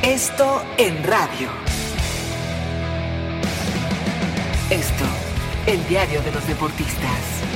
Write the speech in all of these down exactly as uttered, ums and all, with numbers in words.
Esto en radio. Esto, el diario de los deportistas.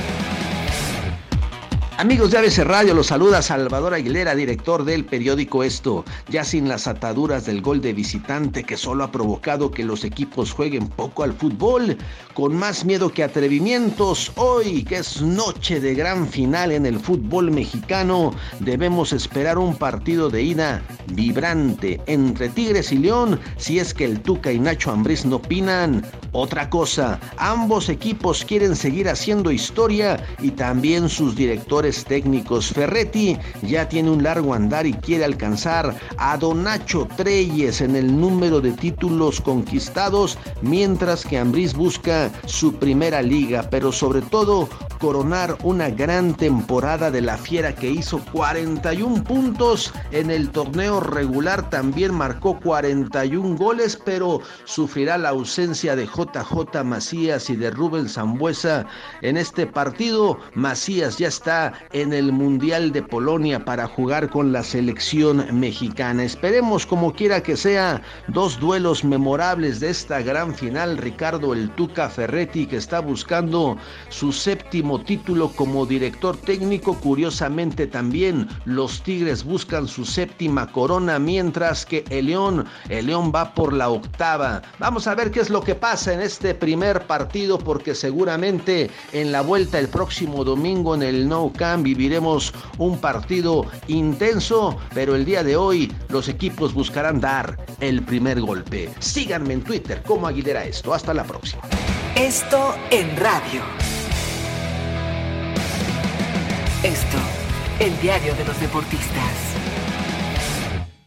Amigos de A B C Radio, los saluda Salvador Aguilera, director del periódico Esto. Ya sin las ataduras del gol de visitante que solo ha provocado que los equipos jueguen poco al fútbol, con más miedo que atrevimientos, hoy que es noche de gran final en el fútbol mexicano, debemos esperar un partido de ida vibrante entre Tigres y León, si es que el Tuca y Nacho Ambriz no opinan otra cosa. Ambos equipos quieren seguir haciendo historia y también sus directores técnicos. Ferretti ya tiene un largo andar y quiere alcanzar a Don Nacho Treyes en el número de títulos conquistados, mientras que Ambriz busca su primera liga, pero sobre todo coronar una gran temporada de la Fiera, que hizo cuarenta y un puntos en el torneo regular, también marcó cuarenta y un goles, pero sufrirá la ausencia de J J Macías y de Rubén Sambueza en este partido. Macías ya está en el Mundial de Polonia para jugar con la selección mexicana. Esperemos, como quiera que sea, dos duelos memorables de esta gran final. Ricardo el Tuca Ferretti, que está buscando su séptimo título como director técnico. Curiosamente también los Tigres buscan su séptima corona, mientras que el León, el León va por la octava. Vamos a ver qué es lo que pasa en este primer partido, porque seguramente en la vuelta el próximo domingo en el Nou Camp viviremos un partido intenso, pero el día de hoy los equipos buscarán dar el primer golpe. Síganme en Twitter como Aguilera Esto. Hasta la próxima. Esto en radio. Esto, el diario de los deportistas.